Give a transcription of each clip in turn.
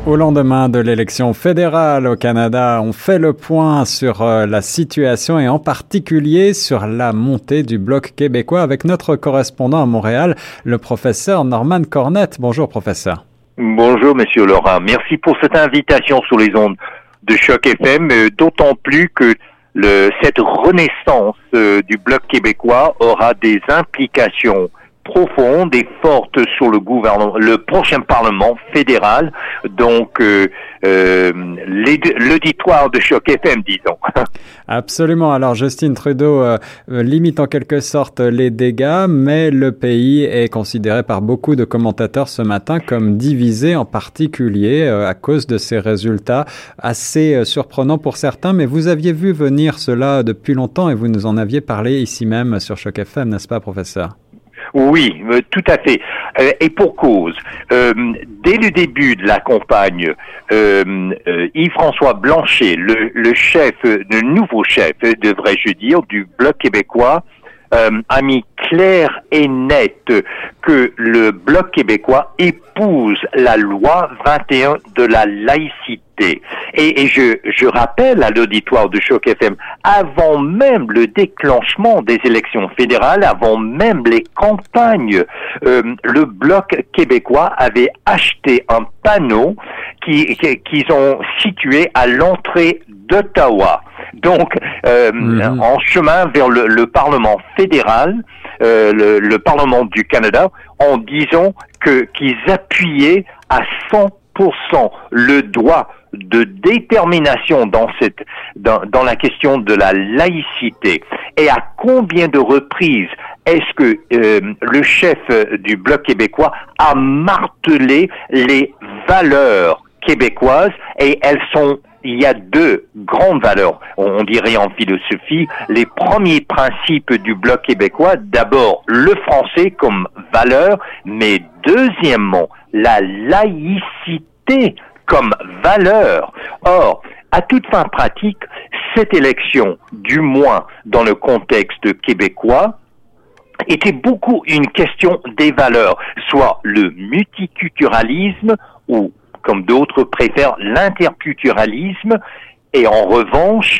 Au lendemain de l'élection fédérale au Canada, on fait le point sur la situation et en particulier sur la montée du Bloc québécois avec notre correspondant à Montréal, le professeur Norman Cornette. Bonjour, professeur. Bonjour, Monsieur Laurent. Merci pour cette invitation sur les ondes de Choc FM, d'autant plus que cette renaissance du Bloc québécois aura des implications profonde et forte sur le gouvernement, le prochain Parlement fédéral, donc l'auditoire de Choc FM, disons. Absolument. Alors Justin Trudeau limite en quelque sorte les dégâts, mais le pays est considéré par beaucoup de commentateurs ce matin comme divisé, en particulier à cause de ces résultats assez surprenants pour certains. Mais vous aviez vu venir cela depuis longtemps et vous nous en aviez parlé ici même sur Choc FM, n'est-ce pas, professeur? Oui, tout à fait. Et pour cause. Dès le début de la campagne, Yves-François Blanchet, le nouveau chef, devrais-je dire, du Bloc québécois, a mis clair et net que le Bloc québécois épouse la loi 21 de la laïcité. Et je rappelle à l'auditoire de Choc FM, avant même le déclenchement des élections fédérales, avant même les campagnes, le Bloc québécois avait acheté un panneau qu'ils ont situé à l'entrée d'Ottawa. Donc, en chemin vers le Parlement fédéral, le Parlement du Canada, en disant qu'ils appuyaient à 100% le droit de détermination dans la question de la laïcité. Et à combien de reprises est-ce que le chef du Bloc québécois a martelé les valeurs québécoises, et il y a deux grandes valeurs, on dirait en philosophie, les premiers principes du Bloc québécois, d'abord le français comme valeur, mais deuxièmement la laïcité comme valeur. Or, à toute fin pratique, cette élection, du moins dans le contexte québécois, était beaucoup une question des valeurs, soit le multiculturalisme ou, comme d'autres préfèrent, l'interculturalisme, et en revanche,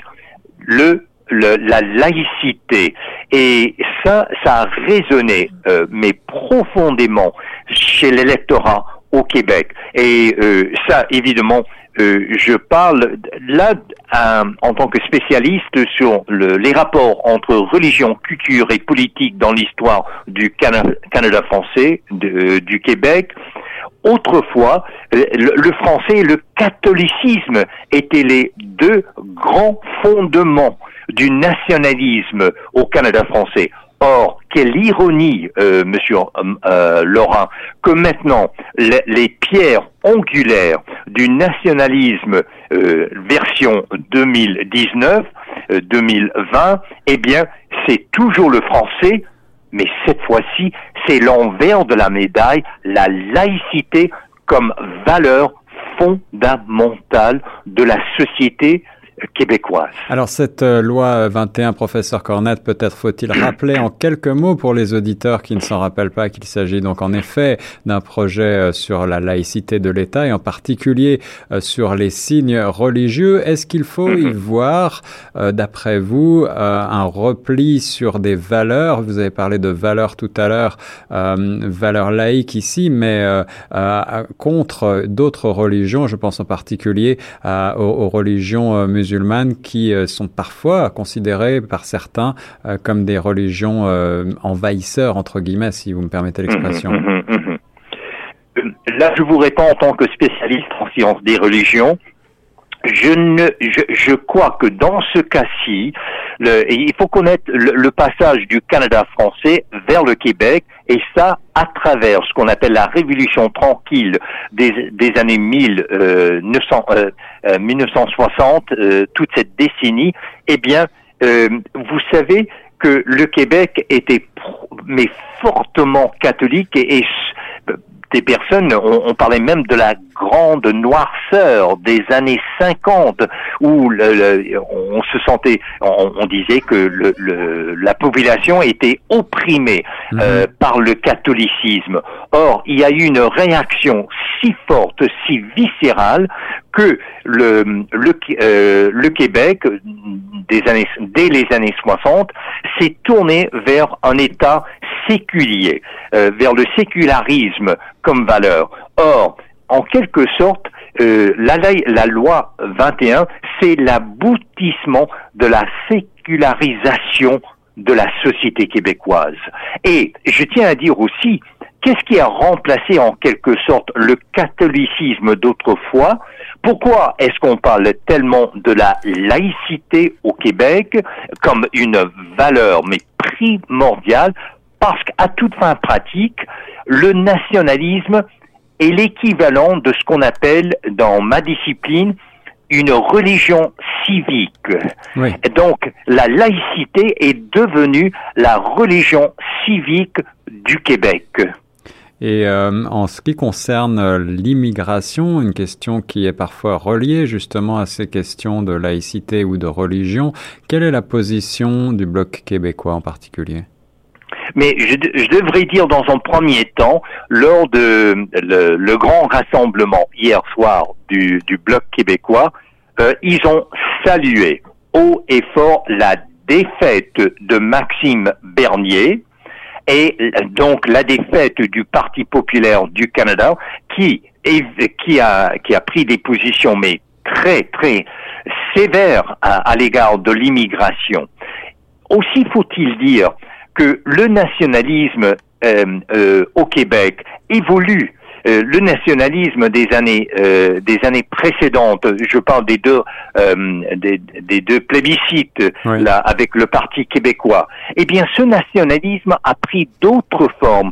la laïcité. Et ça a résonné, mais profondément, chez l'électorat au Québec. Et ça, évidemment, je parle là en tant que spécialiste sur les rapports entre religion, culture et politique dans l'histoire du Canada français, du Québec. Autrefois, le français et le catholicisme étaient les deux grands fondements du nationalisme au Canada français. Or, quelle ironie, monsieur Laurent, que maintenant, les pierres angulaires du nationalisme version 2019, 2020, eh bien, c'est toujours le français, mais cette fois-ci, c'est l'envers de la médaille, la laïcité comme valeur fondamentale de la société québécoise. Alors cette loi 21, professeur Cornette, peut-être faut-il rappeler en quelques mots pour les auditeurs qui ne s'en rappellent pas qu'il s'agit donc en effet d'un projet sur la laïcité de l'État et en particulier sur les signes religieux. Est-ce qu'il faut y voir, d'après vous, un repli sur des valeurs? Vous avez parlé de valeurs tout à l'heure, valeurs laïques ici, mais contre d'autres religions, je pense en particulier aux religions musulmanes qui sont parfois considérées par certains comme des religions envahisseurs, entre guillemets, si vous me permettez l'expression. Là, je vous réponds en tant que spécialiste en sciences des religions. Je crois que dans ce cas-ci, il faut connaître le passage du Canada français vers le Québec, et ça à travers ce qu'on appelle la Révolution tranquille des années 1960, toute cette décennie. Eh bien, vous savez que le Québec était fortement catholique et des personnes, on parlait même de la grande noirceur des années 50 où on se sentait, on disait que la population était opprimée par le catholicisme. Or, il y a eu une réaction si forte, si viscérale que le Québec, dès les années 60, s'est tourné vers un État séculier, vers le sécularisme comme valeur. Or, en quelque sorte, la loi 21, c'est l'aboutissement de la sécularisation de la société québécoise. Et je tiens à dire aussi, qu'est-ce qui a remplacé en quelque sorte le catholicisme d'autrefois? Pourquoi est-ce qu'on parle tellement de la laïcité au Québec comme une valeur, mais primordiale? Parce qu'à toute fin pratique, le nationalisme est l'équivalent de ce qu'on appelle dans ma discipline une religion civique. Oui. Donc, la laïcité est devenue la religion civique du Québec. Et en ce qui concerne l'immigration, une question qui est parfois reliée justement à ces questions de laïcité ou de religion, quelle est la position du Bloc québécois en particulier? Mais je devrais dire dans un premier temps, lors de le grand rassemblement hier soir du Bloc québécois, ils ont salué haut et fort la défaite de Maxime Bernier et donc la défaite du Parti populaire du Canada qui a pris des positions mais très très sévères à l'égard de l'immigration. Aussi faut-il dire que le nationalisme au Québec évolue. Le nationalisme des années précédentes, je parle des deux plébiscites oui. Là avec le Parti québécois. Eh bien, ce nationalisme a pris d'autres formes.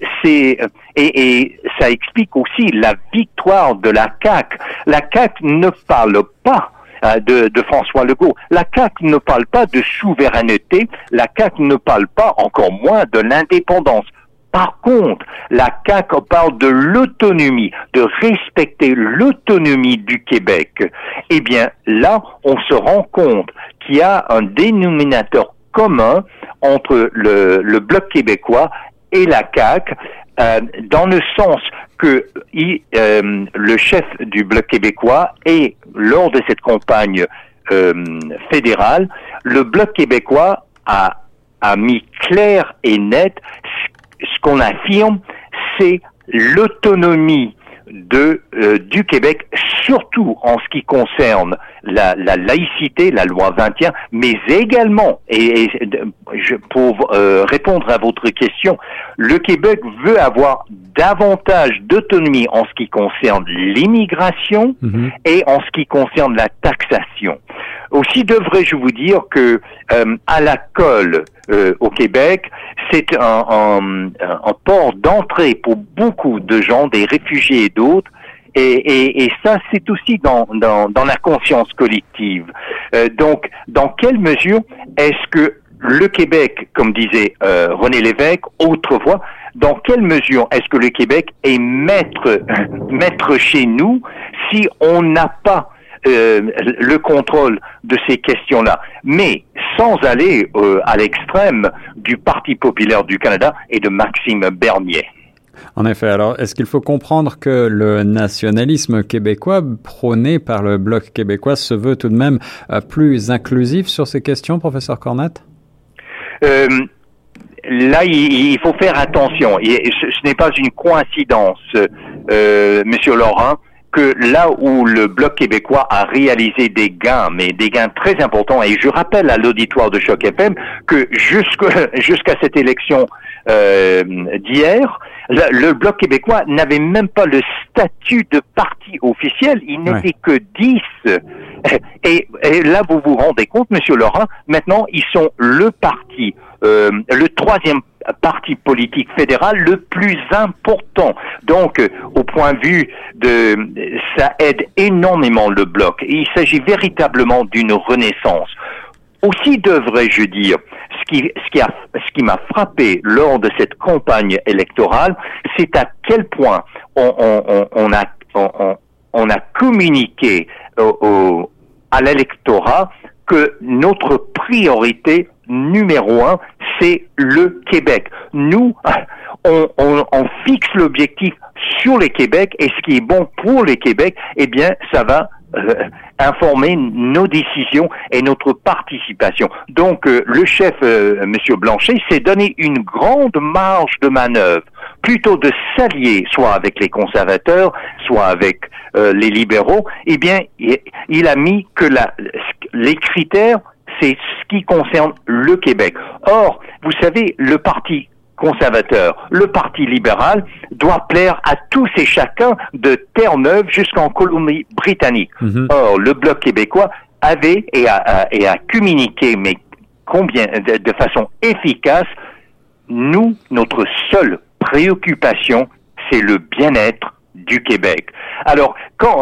Et ça explique aussi la victoire de la CAQ. La CAQ ne parle pas de François Legault. La CAQ ne parle pas de souveraineté, la CAQ ne parle pas encore moins de l'indépendance. Par contre, la CAQ parle de l'autonomie, de respecter l'autonomie du Québec. Eh bien, là, on se rend compte qu'il y a un dénominateur commun entre le Bloc québécois et la CAQ, dans le sens que le chef du Bloc québécois et lors de cette campagne fédérale, le Bloc québécois a mis clair et net ce qu'on affirme, c'est l'autonomie du Québec, surtout en ce qui concerne la laïcité, la loi 21, mais également, pour répondre à votre question, le Québec veut avoir davantage d'autonomie en ce qui concerne l'immigration et en ce qui concerne la taxation. Aussi devrais-je vous dire que à la colle au Québec, c'est un port d'entrée pour beaucoup de gens, des réfugiés et d'autres, et ça c'est aussi dans la conscience collective. Donc, dans quelle mesure est-ce que le Québec, comme disait René Lévesque autrefois, dans quelle mesure est-ce que le Québec est maître chez nous si on n'a pas le contrôle de ces questions-là, mais sans aller à l'extrême du Parti populaire du Canada et de Maxime Bernier. En effet, alors est-ce qu'il faut comprendre que le nationalisme québécois prôné par le Bloc québécois se veut tout de même plus inclusif sur ces questions, professeur Cornette? Là, il faut faire attention. Ce n'est pas une coïncidence, Monsieur Laurent, que là où le Bloc québécois a réalisé des gains, mais des gains très importants, et je rappelle à l'auditoire de Choc FM que jusqu'à cette élection d'hier, le Bloc québécois n'avait même pas le statut de parti officiel, il n'était que 10. Et là, vous vous rendez compte, Monsieur Laurent, maintenant, ils sont le parti, le troisième parti politique fédéral le plus important. Donc, au point de vue ça aide énormément le Bloc. Et il s'agit véritablement d'une renaissance. Aussi devrais-je dire, ce qui m'a frappé lors de cette campagne électorale, c'est à quel point on a on a communiqué à l'électorat que notre priorité numéro 1, c'est le Québec. Nous, on fixe l'objectif sur le Québec, et ce qui est bon pour le Québec, eh bien, ça va informer nos décisions et notre participation. Donc, le chef, Monsieur Blanchet, s'est donné une grande marge de manœuvre, plutôt de s'allier soit avec les conservateurs, soit avec les libéraux. Eh bien, il a mis que les critères, c'est ce qui concerne le Québec. Or, vous savez, le Parti conservateur, le Parti libéral doit plaire à tous et chacun de Terre-Neuve jusqu'en Colombie-Britannique. Or, le Bloc québécois avait et a communiqué, mais de façon efficace, notre seule préoccupation, c'est le bien-être du Québec. Alors,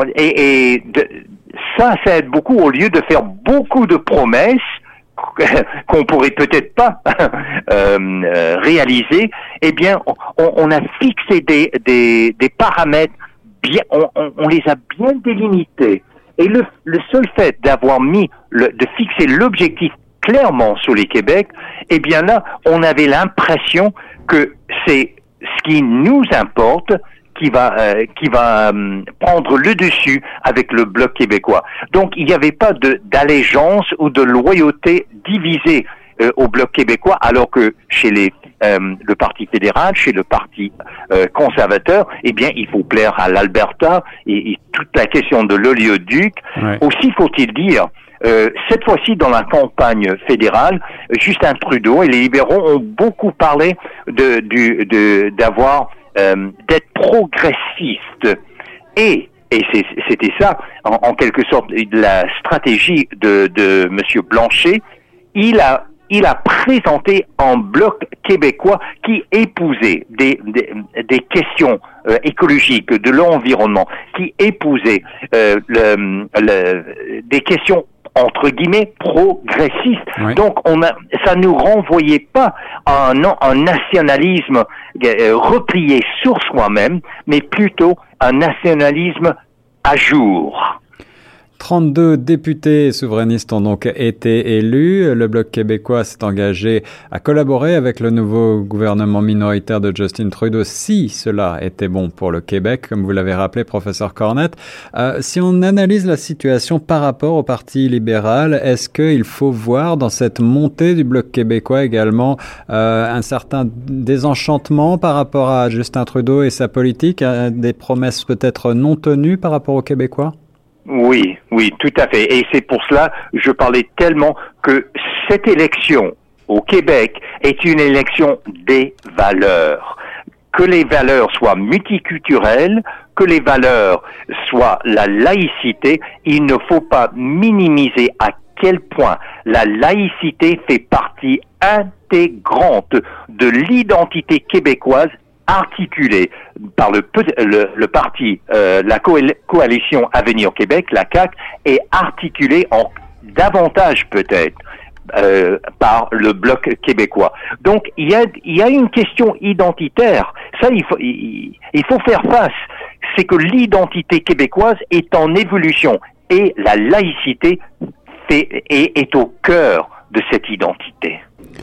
ça aide beaucoup, au lieu de faire beaucoup de promesses qu'on pourrait peut-être pas réaliser. Eh bien, on a fixé des paramètres bien, on les a bien délimités. Et le seul fait d'avoir de fixer l'objectif clairement sur les Québec, eh bien là, on avait l'impression que c'est ce qui nous importe qui va prendre le dessus avec le Bloc québécois. Donc, il n'y avait pas d'allégeance ou de loyauté divisée au Bloc québécois, alors que chez le Parti fédéral, chez le Parti conservateur, eh bien, il faut plaire à l'Alberta et toute la question de l'oléoduc. Ouais. Aussi, faut-il dire, cette fois-ci, dans la campagne fédérale, Justin Trudeau et les libéraux ont beaucoup parlé d'être progressiste. Et c'était ça, en quelque sorte, la stratégie de Monsieur Blanchet. Il a présenté un Bloc québécois qui épousait des questions écologiques, de l'environnement, qui épousait des questions entre guillemets progressistes. Oui. Donc ça nous renvoyait pas à un nationalisme replié sur soi-même, mais plutôt un nationalisme à jour. 32 députés souverainistes ont donc été élus. Le Bloc québécois s'est engagé à collaborer avec le nouveau gouvernement minoritaire de Justin Trudeau si cela était bon pour le Québec, comme vous l'avez rappelé, professeur Cornette. Si on analyse la situation par rapport au Parti libéral, est-ce qu'il faut voir dans cette montée du Bloc québécois également un certain désenchantement par rapport à Justin Trudeau et sa politique, des promesses peut-être non tenues par rapport aux Québécois? Oui, tout à fait. Et c'est pour cela que je parlais tellement que cette élection au Québec est une élection des valeurs. Que les valeurs soient multiculturelles, que les valeurs soient la laïcité, il ne faut pas minimiser à quel point la laïcité fait partie intégrante de l'identité québécoise, articulée par le parti, la coalition Avenir Québec, la CAQ, est articulée davantage peut-être par le Bloc québécois. Donc il y a une question identitaire. Ça, il faut faire face. C'est que l'identité québécoise est en évolution et la laïcité est au cœur de cette identité.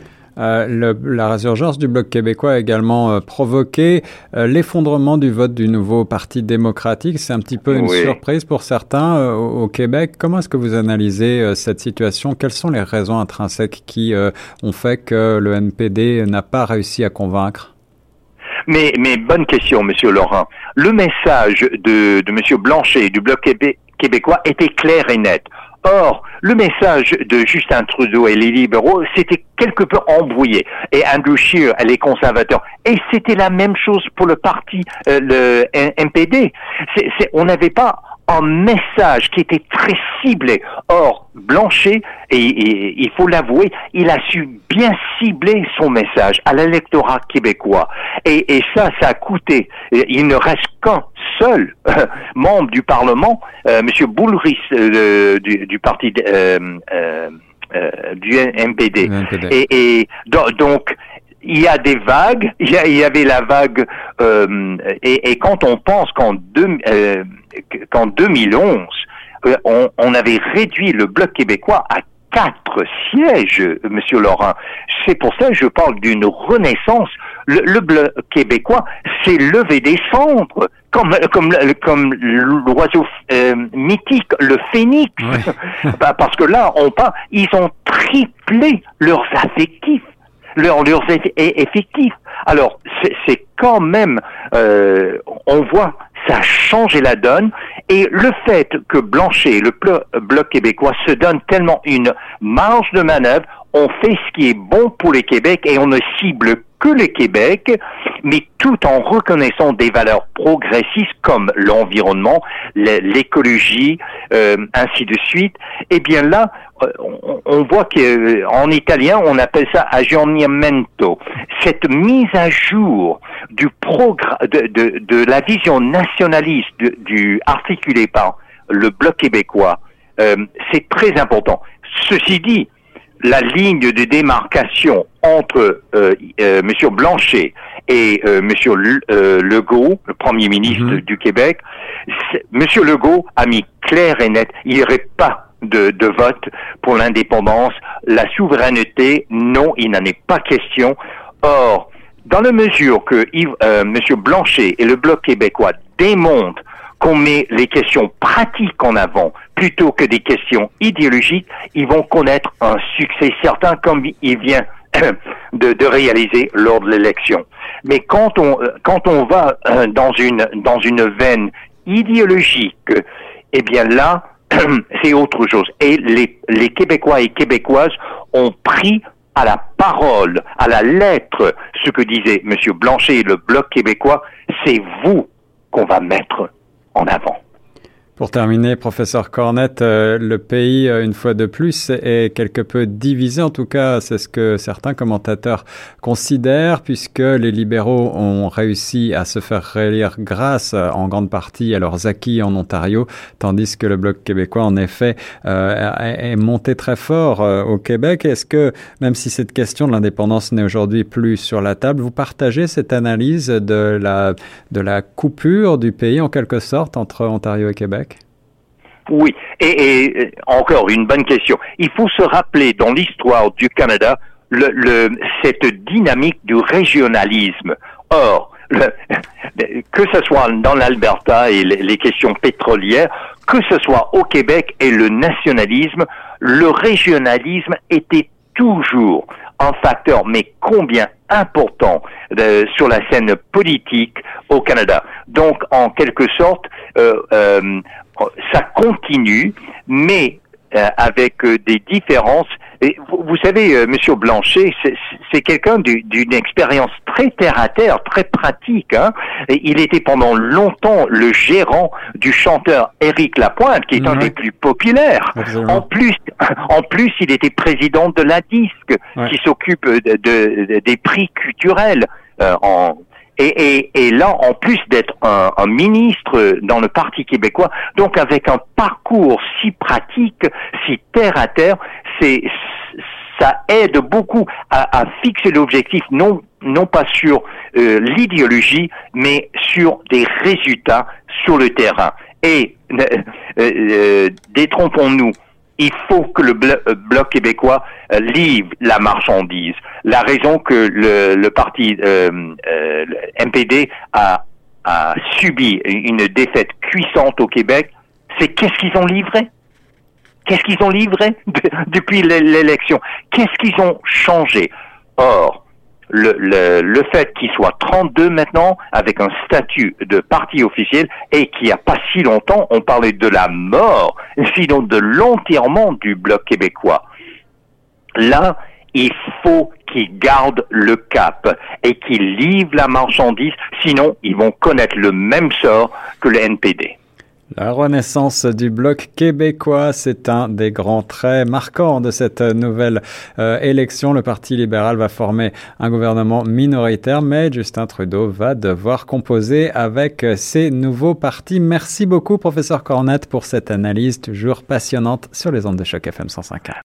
La résurgence du Bloc québécois a également provoqué l'effondrement du vote du nouveau Parti démocratique. C'est un petit peu une surprise pour certains au Québec. Comment est-ce que vous analysez cette situation? Quelles sont les raisons intrinsèques qui ont fait que le NPD n'a pas réussi à convaincre? Mais bonne question, Monsieur Laurent. Le message de Monsieur Blanchet du Bloc québécois était clair et net. Or, le message de Justin Trudeau et les libéraux, c'était quelque peu embrouillé. Et Andrew Scheer, les conservateurs. Et c'était la même chose pour le parti, le NPD. On n'avait pas un message qui était très ciblé. Or, Blanchet, et il faut l'avouer, il a su bien cibler son message à l'électorat québécois. Et ça a coûté. Il ne reste qu'un seul membre du Parlement, Monsieur Boulris du parti du NPD. Et donc il y a des vagues, il y avait la vague, et quand on pense qu'en 2011, on avait réduit le Bloc québécois à 4 sièges, Monsieur Laurent. C'est pour ça que je parle d'une renaissance. Le Bloc québécois s'est levé des cendres, comme l'oiseau mythique, le phénix. Ouais. Parce que là, ils ont triplé leurs effectifs. Leurs effectifs. Alors, c'est quand même, on voit, ça a changé la donne, et le fait que Blanchet, le Bloc québécois, se donne tellement une marge de manœuvre, on fait ce qui est bon pour les Québec et on ne cible que le Québec, mais tout en reconnaissant des valeurs progressistes comme l'environnement, l'écologie, ainsi de suite. Et bien là, on voit qu'en italien, on appelle ça aggiornamento. Cette mise à jour du programme, de la vision nationaliste articulée par le Bloc québécois, c'est très important. Ceci dit, la ligne de démarcation entre Monsieur Blanchet et Monsieur Legault, le Premier ministre du Québec, Monsieur Legault a mis clair et net, il n'y aurait pas de vote pour l'indépendance, la souveraineté, non, il n'en est pas question. Or, dans la mesure que Monsieur Blanchet et le Bloc québécois démontrent qu'on met les questions pratiques en avant plutôt que des questions idéologiques, ils vont connaître un succès certain comme il vient de réaliser lors de l'élection. Mais quand on va dans une veine idéologique, eh bien là, c'est autre chose. Et les Québécois et Québécoises ont pris à la parole, à la lettre, ce que disait Monsieur Blanchet et le Bloc québécois, c'est vous qu'on va mettre en avant. Pour terminer, professeur Cornette, le pays, une fois de plus, est quelque peu divisé. En tout cas, c'est ce que certains commentateurs considèrent, puisque les libéraux ont réussi à se faire réélire grâce, en grande partie, à leurs acquis en Ontario, tandis que le Bloc québécois, en effet, est monté très fort au Québec. Est-ce que, même si cette question de l'indépendance n'est aujourd'hui plus sur la table, vous partagez cette analyse de la coupure du pays, en quelque sorte, entre Ontario et Québec? Oui, et encore une bonne question. Il faut se rappeler dans l'histoire du Canada cette dynamique du régionalisme. Or, que ce soit dans l'Alberta et les questions pétrolières, que ce soit au Québec et le nationalisme, le régionalisme était toujours un facteur, mais combien important sur la scène politique au Canada. Donc, en quelque sorte, ça continue, mais avec des différences. Et vous savez, Monsieur Blanchet, c'est quelqu'un d'une expérience très terre-à-terre, très pratique. Hein. Et il était pendant longtemps le gérant du chanteur Éric Lapointe, qui est un des plus populaires. En plus, il était président de la Disque, qui s'occupe des prix culturels Et là, en plus d'être un ministre dans le Parti québécois, donc avec un parcours si pratique, si terre à terre, ça aide beaucoup à fixer l'objectif, non pas sur l'idéologie, mais sur des résultats sur le terrain. Et détrompons-nous. Il faut que le Bloc québécois livre la marchandise. La raison que le parti NPD a subi une défaite cuisante au Québec, c'est qu'est-ce qu'ils ont livré? Qu'est-ce qu'ils ont livré depuis l'élection? Qu'est-ce qu'ils ont changé? Or, le fait qu'il soit 32 maintenant, avec un statut de parti officiel, et qu'il n'y a pas si longtemps, on parlait de la mort, sinon de l'enterrement du Bloc québécois. Là, il faut qu'ils gardent le cap et qu'ils livrent la marchandise, sinon ils vont connaître le même sort que le NPD. La renaissance du Bloc québécois, c'est un des grands traits marquants de cette nouvelle élection. Le Parti libéral va former un gouvernement minoritaire, mais Justin Trudeau va devoir composer avec ces nouveaux partis. Merci beaucoup, professeur Cornette, pour cette analyse toujours passionnante sur les ondes de Choc FM 105.1.